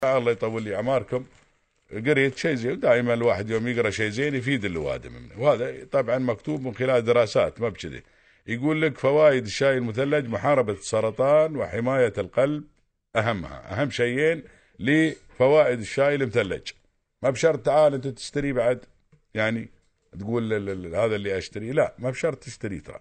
الله يطول لي اعماركم. قريت شيء زين، دائما الواحد يوم يقرا شيء زين يفيد اللي واده منه، وهذا طبعا مكتوب من خلال دراسات ما بكذي. يقول لك فوائد الشاي المثلج: محاربة السرطان وحماية القلب أهم شيئين لفوائد الشاي المثلج. ما بشرط تعال أنت تشتري بعد، يعني تقول هذا اللي أشتري، لا ما بشرط تشتري، ترى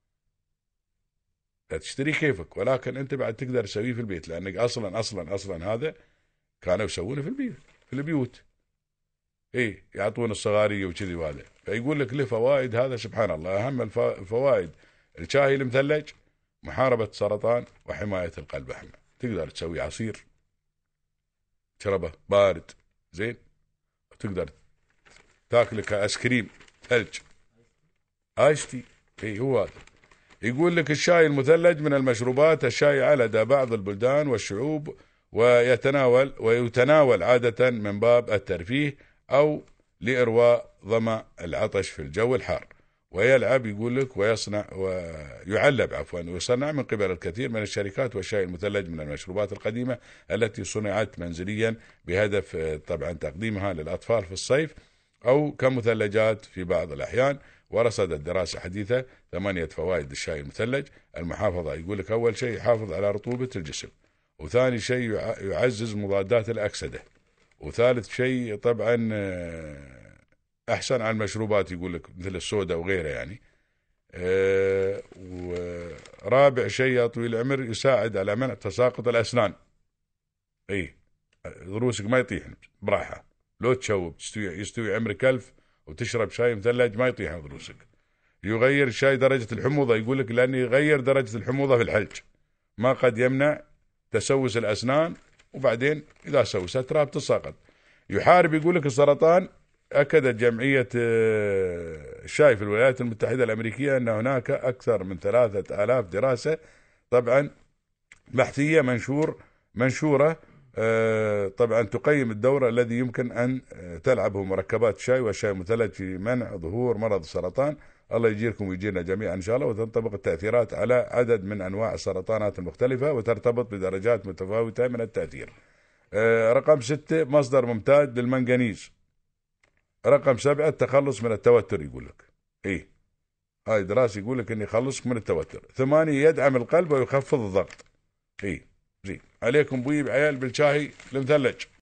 لا تشتري كيفك، ولكن أنت بعد تقدر تسويه في البيت، لأنك أصلا هذا كانوا يسوونه في البيت في البيوت. ايه يعطون الصغاري وكذي، وهذا فيقول لك له فوائد. هذا سبحان الله اهم الفوائد: الشاي المثلج، محاربة السرطان، وحماية القلب أهم. تقدر تسوي عصير تشربه بارد زين، وتقدر تاكله كايس كريم ثلج ايستي. اي هو هذا. يقول لك الشاي المثلج من المشروبات الشائعة لدى بعض البلدان والشعوب، ويتناول عادة من باب الترفيه أو لإرواء ظمأ العطش في الجو الحار. يقول لك ويعلب ويصنع من قبل الكثير من الشركات. والشاي المثلج من المشروبات القديمة التي صنعت منزليا بهدف طبعا تقديمها للأطفال في الصيف أو كمثلجات في بعض الأحيان. ورصدت دراسة حديثة 8 فوائد الشاي المثلج: المحافظة، يقول لك أول شيء يحافظ على رطوبة الجسم، وثاني شيء يعزز مضادات الأكسدة، وثالث شيء طبعا أحسن على المشروبات، يقول لك مثل السودا وغيرها يعني. ورابع شيء يا طويل العمر يساعد على منع تساقط الأسنان. اي ضروسك ما يطيح براحة، لو تشوب يستوي عمرك 1000 وتشرب شاي مثلج ما يطيح ضروسك. يغير الشاي درجة الحموضة، يقول لك لأنه يغير درجة الحموضة في الحلج، ما قد يمنع تسوس الأسنان، وبعدين إذا سوستها بتساقط. يحارب يقول لك السرطان. أكدت جمعية الشاي في الولايات المتحدة الأمريكية أن هناك أكثر من 3000 دراسة طبعا بحثية منشورة طبعا تقيم الدور الذي يمكن أن تلعبه مركبات الشاي والشاي المثلج في منع ظهور مرض السرطان. الله يجيركم ويجينا جميعا إن شاء الله. وتنطبق التأثيرات على عدد من أنواع السرطانات المختلفة، وترتبط بدرجات متفاوتة من التأثير. رقم 6 مصدر ممتاز للمنغنيز. رقم 7 التخلص من التوتر، يقول لك إيه هاي دراسة يقول لك إن يخلصك من التوتر. 8 يدعم القلب ويخفض الضغط. إيه زين عليكم بوي بعيال بالشاي المثلج.